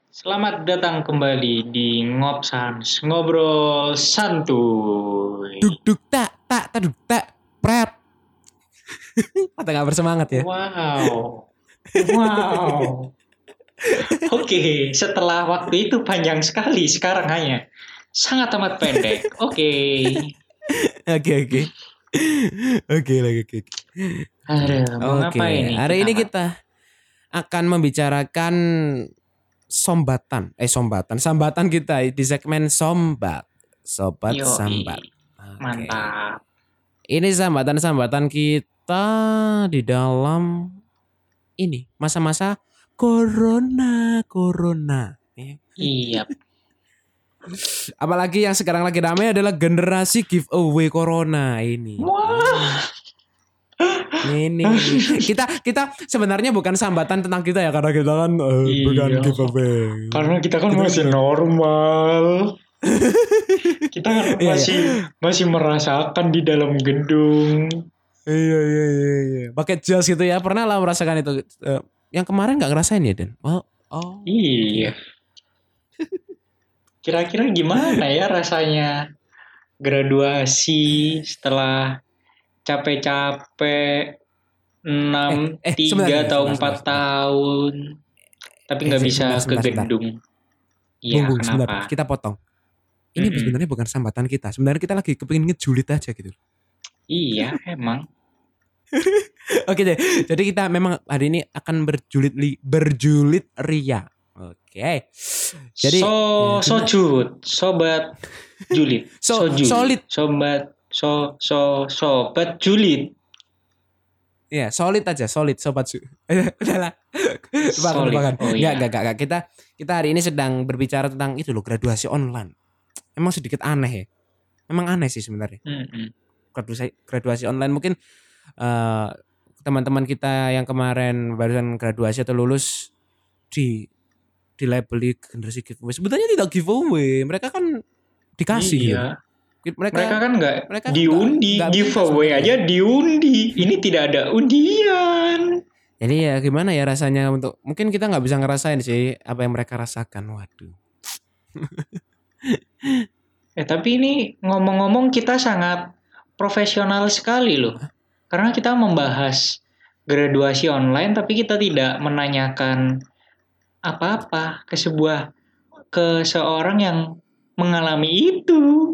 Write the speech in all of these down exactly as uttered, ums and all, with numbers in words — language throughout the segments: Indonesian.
Selamat datang kembali di Ngopsans, ngobrol santuy. Duk duk tak tak tak duk tak pret. Atau nggak bersemangat ya? Wow, wow. Oke, setelah waktu itu panjang sekali, sekarang hanya sangat amat pendek. Oke. Oke oke. Oke lagi oke. Aduh, mau Oke, ngapain nih hari kita, ini Mat? kita akan membicarakan sombatan, eh sombatan, sambatan kita di segmen sombat, sobat Yoi, sambat. Oke, mantap. ini sambatan-sambatan kita di dalam ini masa-masa corona, corona. Ya. Iya, Apalagi yang sekarang lagi ramai adalah generasi giveaway corona ini. wah. Ini kita kita sebenarnya bukan sambatan tentang kita ya karena kita kan uh, bukan Iya, giveaway. karena kita kan Kita masih bukan- normal. Kita kan Iya, masih masih merasakan di dalam gedung. Iya iya iya iya. Pakai jas gitu ya. Pernah lah merasakan itu. Eh, yang kemarin nggak ngerasain ya, Den? Oh, oh. Iya. Kira-kira gimana ya rasanya graduasi setelah capek-capek enam, Eh, eh, tiga sebentar, atau sebentar, empat sebentar, sebentar. tahun. Tapi Eh, nggak se- bisa sebentar, ke sebentar, sebentar. gedung. Bung, Iya, bung, sebentar. kenapa? Kita potong. Ini Mm-mm. sebenarnya bukan sambatan kita. Sebenarnya kita lagi kepingin ngejulit aja gitu. Iya, emang. Oke deh. Jadi kita memang hari ini akan berjulit li, berjulit ria. Oke. Jadi so, ya, so gimana? cut, sobat julid. So- julid. solid. Sobat, so, so, sobat julid. Ya, solid aja, solid sobat su. Udahlah. Lupakan, Solid. lupakan. Oh, Enggak, iya. enggak, enggak, enggak. Kita kita hari ini sedang berbicara tentang itu loh, graduasi online. Emang sedikit aneh ya. Emang aneh sih sebenarnya. Mm-mm. Graduasi graduasi online mungkin eh, teman-teman kita yang kemarin barusan graduasi atau lulus di di labeli generasi giveaway. Sebetulnya tidak giveaway, mereka kan dikasih gitu. Iya. Mereka, Mereka kan nggak mereka diundi, nggak- nggak giveaway minta aja diundi. Ini tidak ada undian. Jadi ya gimana ya rasanya untuk mungkin kita nggak bisa ngerasain sih apa yang mereka rasakan. Waduh. Eh tapi ini ngomong-ngomong kita sangat profesional sekali loh. Karena kita membahas graduasi online tapi kita tidak menanyakan apa-apa ke sebuah ke seorang yang mengalami itu.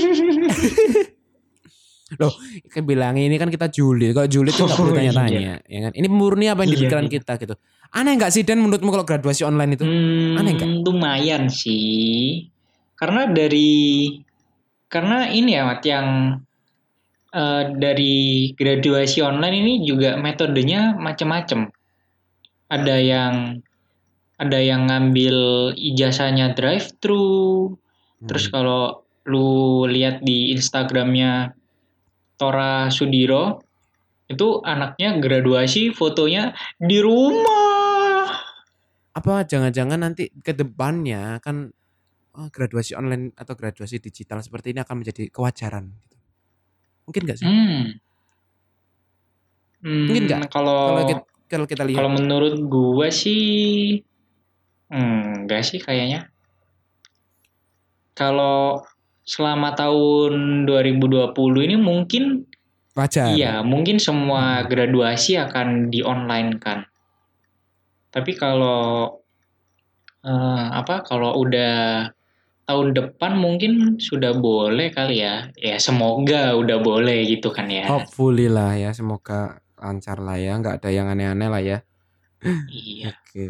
Loh, kayak bilangnya ini kan kita julid. Kalau julid itu nggak Oh, perlu tanya-tanya, ya kan? Ini murni apa yang di Iya, pikiran iya. kita gitu. Aneh nggak sih Dan menurutmu kalau graduasi online itu? Hmm, Aneh nggak? lumayan sih. Karena dari karena ini ya Mat yang eh, dari graduasi online ini juga metodenya macam-macam. Ada yang ada yang ngambil ijazahnya drive thru. Terus Hmm. kalau lu lihat di Instagramnya Tora Sudiro itu anaknya graduasi fotonya di rumah. Apa jangan-jangan nanti ke depannya kan oh, graduasi online atau graduasi digital seperti ini akan menjadi kewajaran gitu. Mungkin nggak sih? Hmm. Mungkin Hmm, nggak? kalau Kalau kita, kalau kita lihat. kalau menurut gua sih enggak sih kayaknya. Kalau selama tahun dua ribu dua puluh ini mungkin Wajar. iya, mungkin semua Hmm. graduasi akan di-online-kan. Tapi kalau eh, apa kalau udah tahun depan mungkin sudah boleh kali ya. Ya semoga udah boleh gitu kan ya. Hopefully lah ya, semoga lancar lah ya, nggak ada yang aneh-aneh lah ya. Iya. Oke.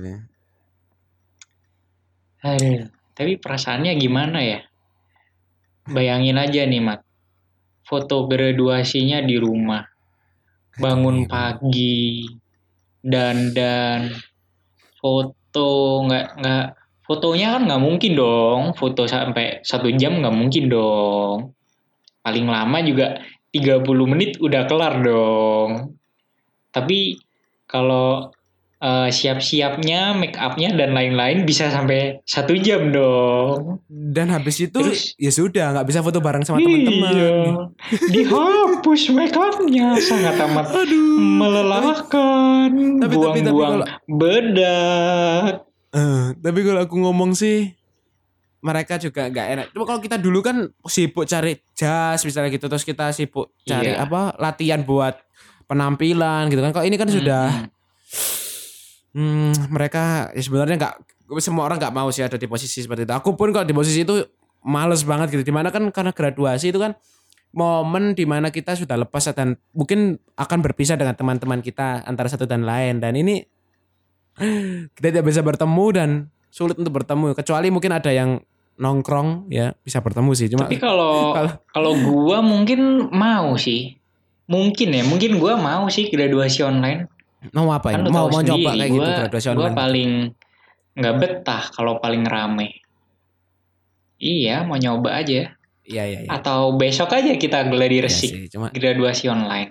Aduh, tapi perasaannya gimana ya? Bayangin aja nih, Mat. Foto graduasinya di rumah. Bangun Aduh, pagi, dandan, foto nggak nggak fotonya kan nggak mungkin dong. Foto sampai satu jam nggak mungkin dong. Paling lama juga tiga puluh menit udah kelar dong. Tapi kalau eh, siap-siapnya, make up-nya dan lain-lain bisa sampai satu jam dong. Dan habis itu Terus ya sudah nggak bisa foto bareng sama iya, teman-teman. dihapus make up-nya sangat amat Aduh. melelahkan. Tapi- tapi- tapi Buang-buang kalau- bedak. Eh, tapi kalau aku ngomong sih mereka juga nggak enak. Cuma kalau kita dulu kan sibuk cari jas misalnya gitu, terus kita sibuk cari Iya. apa latihan buat penampilan gitu kan. Kalau ini kan sudah Mm-mm. hmm, mereka ya sebenarnya nggak semua orang nggak mau sih ada di posisi seperti itu. Aku pun kalau di posisi itu males banget gitu. Dimana kan karena graduasi itu kan momen dimana kita sudah lepas dan mungkin akan berpisah dengan teman-teman kita antara satu dan lain. Dan ini kita tidak bisa bertemu dan sulit untuk bertemu. Kecuali mungkin ada yang nongkrong ya bisa bertemu sih. Cuma Tapi kalau kalau kalau gua mungkin mau sih. Mungkin ya, mungkin gua mau sih graduasi online. mau apa Kan ya? lu Mau tahu mau coba sendiri, kayak gitu gua graduasi gua online gitu. paling nggak betah kalau paling rame. Iya, mau nyoba aja. Iya iya iya. Atau besok aja kita gladi Iya resik sih. Cuma graduasi online.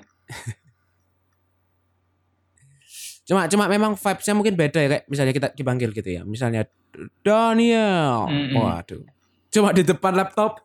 Cuma cuma memang vibes-nya mungkin beda ya kayak misalnya kita dipanggil gitu ya. Misalnya Daniel. Mm-mm. Waduh. Cuma di depan laptop.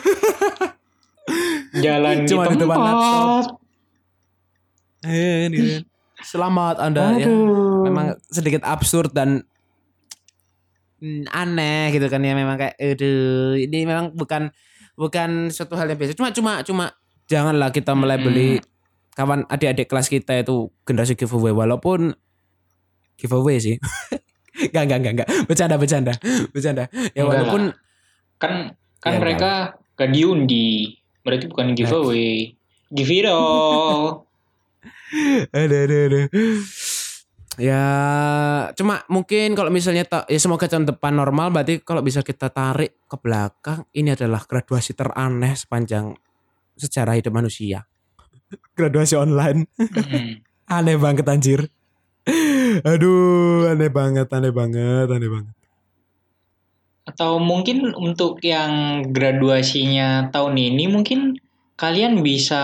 Jalan di Cuma di depan laptop. tempat. Eh, ini kan. Selamat Anda ya. Aduh. Memang sedikit absurd dan mm, aneh gitu kan ya memang kayak aduh ini memang bukan bukan suatu hal yang biasa. Cuma cuma cuma janganlah kita melabeli Mm-mm. kawan adik-adik kelas kita itu generasi giveaway walaupun giveaway sih. Enggak enggak enggak enggak. Bercanda bercanda. Bercanda. Ya Enggak walaupun lah. Kan kan ya enggak mereka lah. gak diundi. Berarti bukan giveaway. Give it all. Aduh aduh aduh. Ya cuma mungkin kalau misalnya ta- ya semoga tahun depan normal berarti kalau bisa kita tarik ke belakang ini adalah graduasi teraneh sepanjang sejarah hidup manusia. Graduasi online. Mm-mm. Aneh banget anjir. Aduh, aneh banget, aneh banget, aneh banget. Atau mungkin untuk yang graduasinya tahun ini mungkin kalian bisa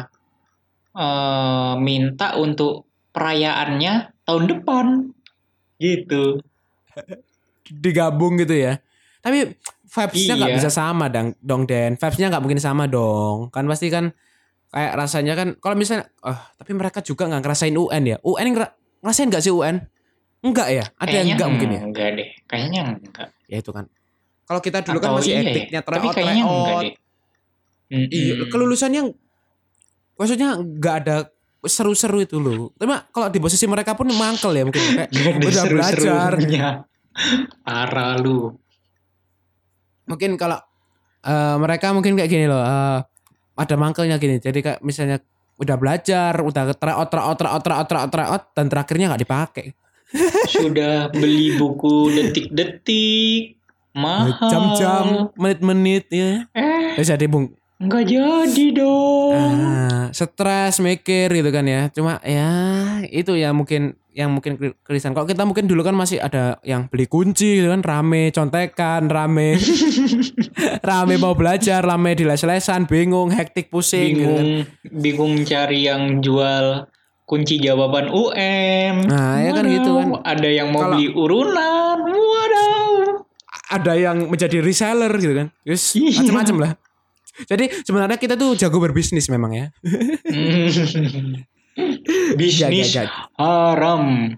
eh, minta untuk perayaannya tahun depan gitu. Digabung gitu ya. Tapi vibes-nya nggak Iya. bisa sama dong, dong Den. Vibes-nya nggak mungkin sama dong. Kan pasti kan kayak rasanya kan kalau misalnya, oh, tapi mereka juga nggak ngerasain U N ya. U N ngera- ngerasain nggak sih U N? Enggak ya? Ada yang Kayaknya enggak mungkin ya? enggak deh. Kayaknya enggak. Ya itu kan. Kalau kita dulu kan Atau masih iya ya. etiknya Tapi kayaknya enggak treot-treot. deh. Iya, Mm-mm. kelulusannya maksudnya nggak ada seru-seru itu loh. Tapi kalau di posisi mereka pun mangkel ya mungkin kayak Gak ada udah belajar. seru-serunya. Parah lu. Mungkin kalau eh, mereka mungkin kayak gini loh. eh, ada mangkelnya gini. Jadi kayak misalnya udah belajar, udah treot treot treot treot treot treot dan terakhirnya nggak dipakai. Sudah beli buku detik-detik. Mahal. Jam-jam, menit-menit ya. Eh, Ya jadi bung. nggak jadi dong. Ah, stres mikir gitu kan ya. Cuma ya itu ya mungkin yang mungkin kerisan. Kalau kita mungkin dulu kan masih ada yang beli kunci gitu kan, rame contekan, rame rame mau belajar, rame di les-lesan, bingung, hektik, pusing gitu kan. Bingung, bingung cari yang jual kunci jawaban U M. Nah, ya kan gitu kan. Ada yang mau Kalau- beli urunan. Wadaw. Ada yang menjadi reseller gitu kan. Terus Iya. macam-macam lah. Jadi sebenarnya kita tuh jago berbisnis memang ya. Hmm. Bisnis Gak, gak, gak. haram.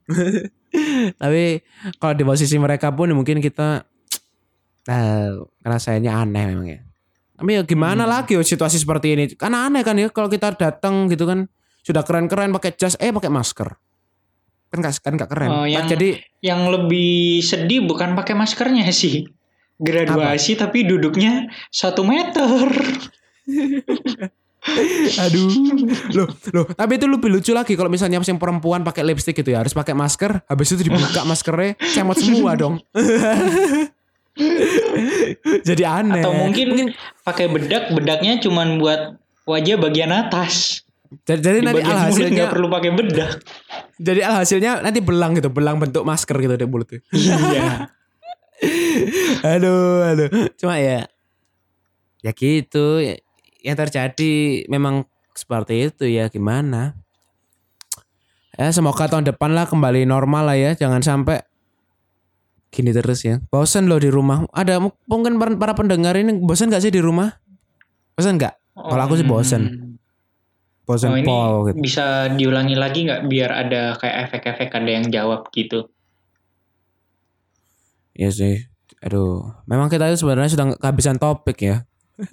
Tapi kalau di posisi mereka pun mungkin kita eh, ngerasainnya aneh memang ya. Tapi ya gimana Hmm. lagi oh, situasi seperti ini? Kan aneh kan ya kalau kita datang gitu kan sudah keren-keren pakai jas eh pakai masker. Kan gak, kan gak keren. Oh, Kan yang jadi yang lebih sedih bukan pakai maskernya sih. Graduasi tapi duduknya satu meter. aduh. Loh, loh, tapi itu lebih lucu lagi kalau misalnya yang perempuan pakai lipstick gitu ya, harus pakai masker, habis itu dibuka maskernya cemot semua dong. Jadi aneh. Atau mungkin, pakai bedak, bedaknya cuman buat wajah bagian atas. jadi, jadi Di nanti bagian mulut alhasilnya nggak perlu pakai bedak. jadi alhasilnya nanti belang gitu, belang bentuk masker gitu di mulutnya. Iya. aduh, aduh. Cuma ya ya gitu ya, yang terjadi memang seperti itu ya gimana. Ya semoga tahun depan lah kembali normal lah ya, jangan sampai gini terus ya. Bosan loh di rumah. Ada mungkin para, para pendengar ini bosan gak sih di rumah? Bosan gak? Kalau aku sih bosan. Bosan Oh, ini pol gitu. bisa diulangi lagi nggak biar ada kayak efek-efek ada yang jawab gitu. Iya sih. Aduh, memang kita itu sebenarnya sudah kehabisan topik ya.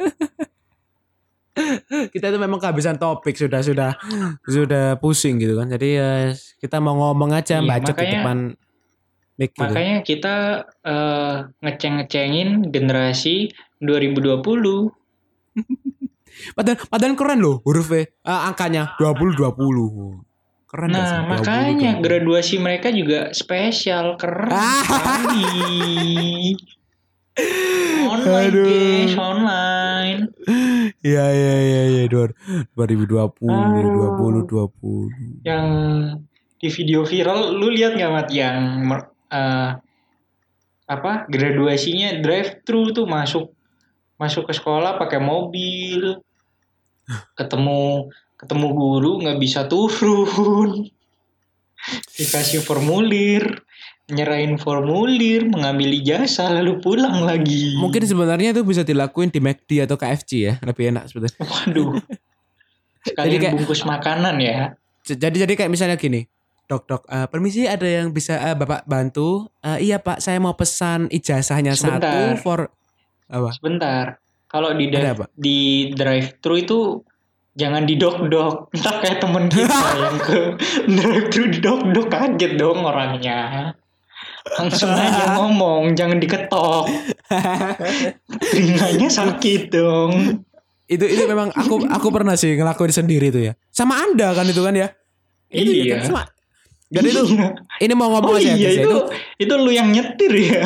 Kita itu memang kehabisan topik, sudah sudah sudah pusing gitu kan. Jadi ya kita mau ngomong aja Iya, bacot di makanya depan mic gitu. makanya kita eh, ngeceng-ngecengin generasi dua ribu dua puluh. Padahal padahal keren loh hurufnya, eh, angkanya dua puluh dua puluh. Keren gak sih? Nah, dua puluh makanya dua puluh. graduasi mereka juga spesial, keren sekali. Online guys, Aduh. online. Iya iya iya iya dua ribu dua puluh dua puluh dua puluh. Yang di video viral lu lihat nggak Mat yang uh, apa graduasinya drive thru tuh masuk masuk ke sekolah pakai mobil, ketemu ketemu guru nggak bisa turun, dikasih formulir, nyerahin formulir, mengambil ijazah lalu pulang lagi. Mungkin sebenarnya itu bisa dilakuin di McD atau K F C ya, lebih enak sebetulnya. Waduh. Sekalian kayak, bungkus makanan ya. Jadi jadi kayak misalnya gini, dok dok, uh, permisi ada yang bisa uh, bapak bantu? Uh, iya pak, saya mau pesan ijazahnya Sebentar. satu for apa? Sebentar. Kalau di drive, di drive thru itu jangan didok-dok. Entah kayak temen kita yang ke drive thru didok-dok, kaget dong orangnya. Langsung aja ngomong, jangan diketok. Telinganya sakit dong. Itu itu memang aku aku pernah sih ngelakuin sendiri itu ya. Sama Anda kan itu kan ya? Itu iya. Ya, kan sama. Gak itu. Ini mau ngomong oh, aja iya, itu, itu. Itu lu yang nyetir ya.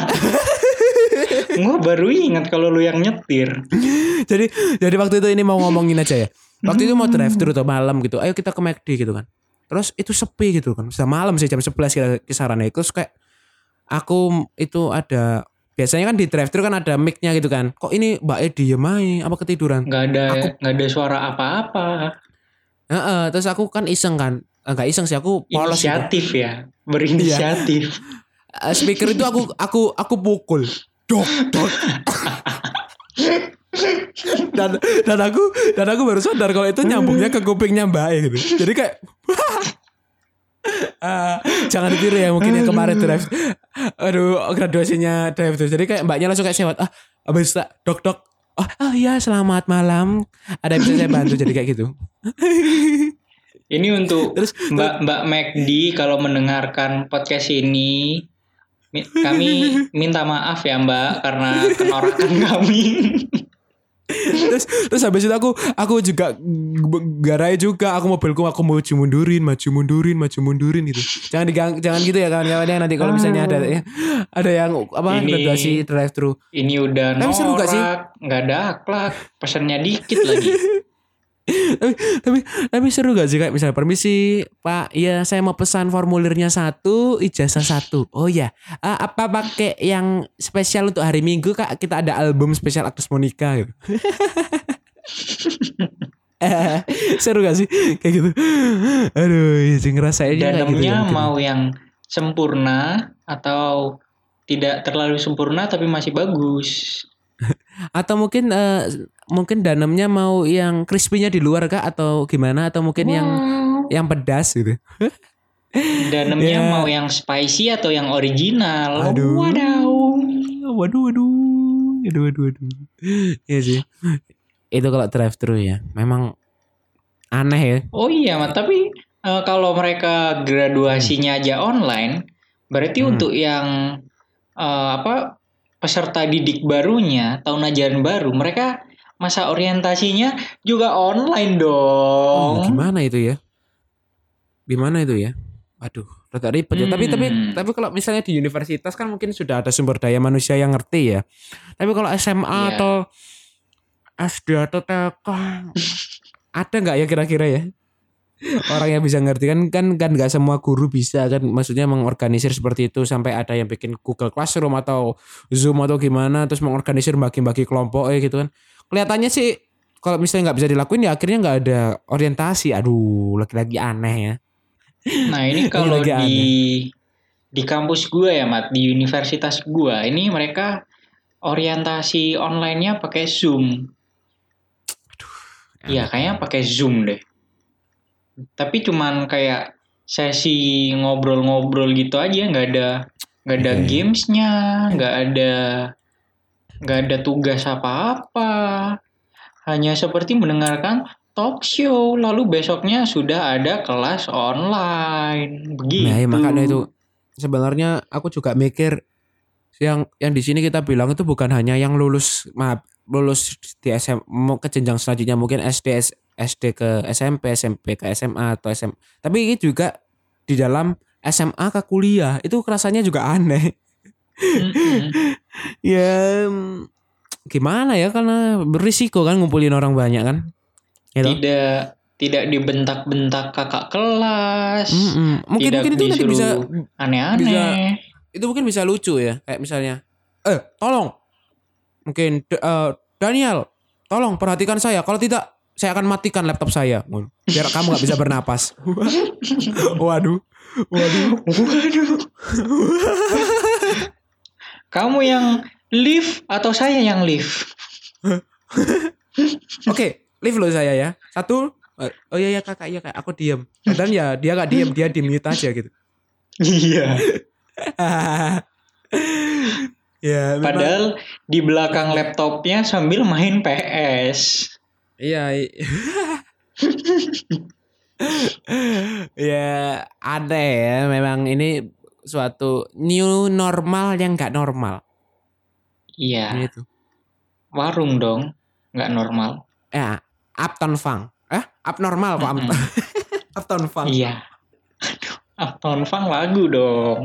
Gue baru ingat kalau lu yang nyetir. jadi jadi waktu itu ini mau ngomongin aja ya. Waktu itu mau drive thru tuh malam gitu. Ayo kita ke McD gitu kan. Terus itu sepi gitu kan. Sudah malam sih jam sebelas kisarannya. Terus kayak aku itu ada, biasanya kan di drive thru kan ada mic-nya gitu kan. Kok ini Mbak E diem aja apa ketiduran? Gak ada aku, gak ada suara apa-apa. Heeh, terus aku kan iseng kan. Enggak iseng sih, aku polos inisiatif gitu. Ya, berinisiatif. Uh, speaker itu aku aku aku pukul. Dok, dok. dan dan aku dan aku baru sadar kalau itu nyambungnya ke kupingnya Mbak E gitu. Jadi kayak uh, jangan ditiru ya mungkin yang kemarin drive. Aduh, graduasinya drive tuh. Jadi kayak mbaknya langsung kayak sewot. Ah, abis tak dok dok. Oh, oh iya selamat malam. Ada yang bisa saya bantu jadi kayak gitu. Ini untuk terus, Mbak Mbak McD kalau mendengarkan podcast ini, kami minta maaf ya Mbak karena kenorakan kami. terus terus habis itu aku aku juga garai juga, aku mobilku aku mau maju mundurin maju mundurin maju mundurin gitu. Jangan digang, jangan gitu ya kawan-kawan, nanti kalau misalnya ada ya, ada yang apa graduasi drive thru. Ini udah tapi seru gak sih? Nggak ada akhlak, pesannya dikit lagi. tapi tapi tapi seru gak sih kayak misalnya permisi Pak, iya saya mau pesan formulirnya satu, ijazah satu. Oh ya, uh, apa pakai yang spesial untuk hari Minggu Kak? Kita ada album spesial Agnes Monica gitu. Seru gak sih kayak gitu? Aduh, sih ngerasain juga dalamnya gitu ya, mau yang sempurna atau tidak terlalu sempurna tapi masih bagus. Atau mungkin uh, mungkin dalamnya mau yang crispy-nya di luar Kak atau gimana, atau mungkin wow. yang yang pedas gitu. Dalamnya yeah. mau yang spicy atau yang original. Aduh. Wadaw. Waduh waduh. Aduh waduh waduh. Iya sih. Itu kalau drive thru ya. Memang aneh ya. Oh iya, tapi uh, kalau mereka graduasinya hmm. aja online, berarti hmm. untuk yang uh, apa peserta didik barunya, tahun ajaran baru, mereka masa orientasinya juga online dong. Oh, gimana itu ya? Gimana itu ya? Aduh, rada ribet ya. Hmm. Tapi tapi tapi kalau misalnya di universitas kan mungkin sudah ada sumber daya manusia yang ngerti ya. Tapi kalau S M A yeah. atau S D atau T K ada nggak ya kira-kira ya? Orang yang bisa ngerti kan kan kan nggak semua guru bisa kan, maksudnya mengorganisir seperti itu sampai ada yang bikin Google Classroom atau Zoom atau gimana terus mengorganisir bagi-bagi kelompok eh gitu kan. Kelihatannya sih kalau misalnya nggak bisa dilakuin ya akhirnya nggak ada orientasi. Aduh, lagi-lagi aneh ya. Nah ini kalau di aneh. Di kampus gue ya Mat, di universitas gue ini mereka orientasi online-nya pakai Zoom. Iya kayaknya pakai Zoom deh. Tapi cuman kayak sesi ngobrol-ngobrol gitu aja, nggak ada nggak ada Oke. gamesnya, nggak ada nggak ada tugas apa-apa, hanya seperti mendengarkan talk show, lalu besoknya sudah ada kelas online, Nah, ya, begitu. makanya itu sebenarnya aku juga mikir yang yang di sini kita bilang itu bukan hanya yang lulus maaf lulus di S M mau ke jenjang selanjutnya mungkin S D S- SD ke S M P, S M P ke S M A atau S M tapi ini juga di dalam S M A ke kuliah itu rasanya juga aneh. Mm-mm. Ya mm, gimana ya karena berisiko kan ngumpulin orang banyak kan. Gitu. Tidak tidak dibentak-bentak kakak kelas, Mm-mm. Mungkin tidak mungkin itu nanti bisa disuruh aneh-aneh. bisa itu mungkin bisa lucu ya kayak misalnya eh tolong mungkin D- eh, Daniel tolong perhatikan saya kalau tidak saya akan matikan laptop saya biar kamu nggak bisa bernapas. Waduh waduh Waduh, kamu yang live atau saya yang live? oke leave lo saya ya satu eh, oh iya ya kakak iya kak aku diem dan ya dia nggak diem dia di mute aja gitu. Iya. Ya memang Padahal di belakang laptopnya sambil main P S. iya i- ya ada ya memang ini suatu new normal yang nggak normal Iya, gitu warung dong, nggak normal. ya Uptown Funk eh abnormal kok Mm-mm. Uptown Funk. Iya. Uptown Funk lagu dong.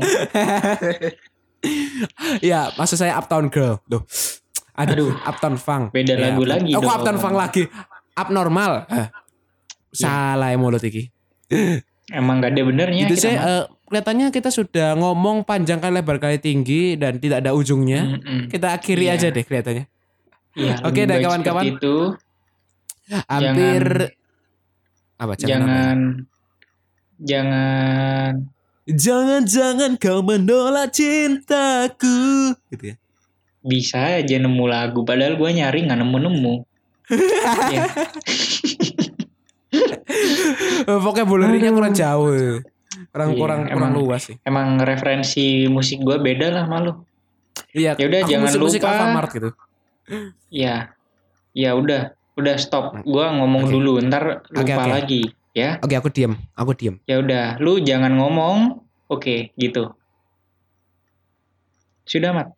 Ya maksud saya Uptown Girl tuh aduh, Aduh, Uptown Funk beda ya, lagu Uptown- lagi oh, kok dong. Uptown Funk lagi abnormal eh, Iya. salah ya mulut iki Emang nggak ada benernya gitu kita sih mah. eh, kelihatannya kita sudah ngomong panjang kali lebar kali tinggi dan tidak ada ujungnya. Mm-mm. Kita akhiri Iya. aja deh kelihatannya. Iya, Oke lebih deh, baik kawan-kawan. seperti itu. Hampir apa jangan, Jangan, apa ya? jangan. Jangan-jangan kau menolak cintaku gitu ya. Bisa aja nemu lagu, padahal gue nyari nggak nemu-nemu. Ya, Vocabulary-nya Aduh. kurang jauh. Kurang Iya, kurang kurang emang- luas sih. emang referensi musik gue beda lah malu. Iya, Ya udah, aku jangan musik-musik lupa. Alfamart gitu. Ya, ya udah, udah stop. Gue ngomong Oke. dulu, ntar lupa Oke, oke. lagi. Ya, Oke, aku diem. Aku diem. ya udah, lu jangan ngomong. Oke, gitu. Sudah, Mat.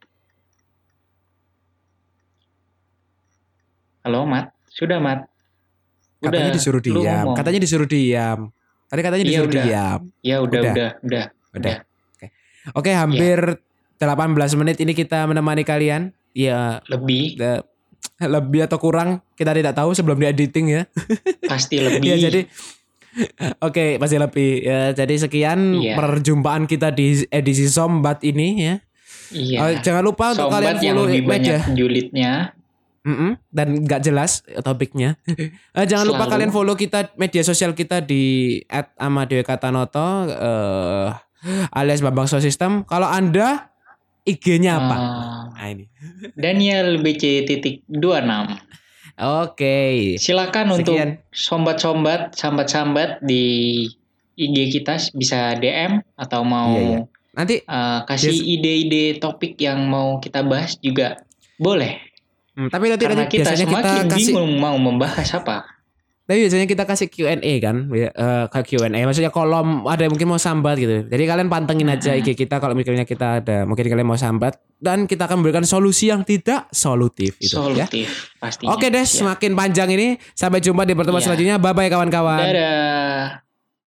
Halo, Mat. Sudah, Mat. Udah, Katanya disuruh lu diam. ngomong. Katanya disuruh diam. Tadi katanya Iya, disuruh udah. diam. Ya udah, Udah. udah, udah, Udah. Oke, hampir delapan belas menit ini kita menemani kalian. Ya, Lebih, the- lebih atau kurang kita tidak tahu sebelum di editing ya. pasti lebih. Ya jadi oke pasti lebih ya. Jadi sekian Iya. perjumpaan kita di edisi Sombat ini ya. Iya. Eh, jangan lupa untuk kalian Sombat yang follow lebih banyak media julidnya. Mm-mm, dan nggak jelas topiknya. Eh, jangan lupa Selalu. kalian follow kita media sosial kita di at amadewekatanoto eh, alias Bambang Sound System. Kalau Anda I G-nya apa? Ah, Nah ini. Daniel B C titik dua enam. Oke. Silakan untuk Sekian. sombat-sombat, sambat-sambat di I G kita bisa D M atau mau Iya, iya. Nanti eh, kasih Bias- ide-ide topik yang mau kita bahas juga boleh. hmm, tapi nanti, Karena nanti kita biasanya kita semakin kasih bingung mau membahas apa. tapi biasanya kita kasih Q and A kan ya, eh, ke Q and A maksudnya kolom ada yang mungkin mau sambat gitu. Jadi kalian pantengin aja I G kita kalau misalnya kita ada mungkin kalian mau sambat dan kita akan memberikan solusi yang tidak solutif itu ya. Solutif pastinya. Oke deh, Ya. semakin panjang ini. Sampai jumpa di pertemuan Ya. selanjutnya. Bye bye kawan-kawan. Dadah.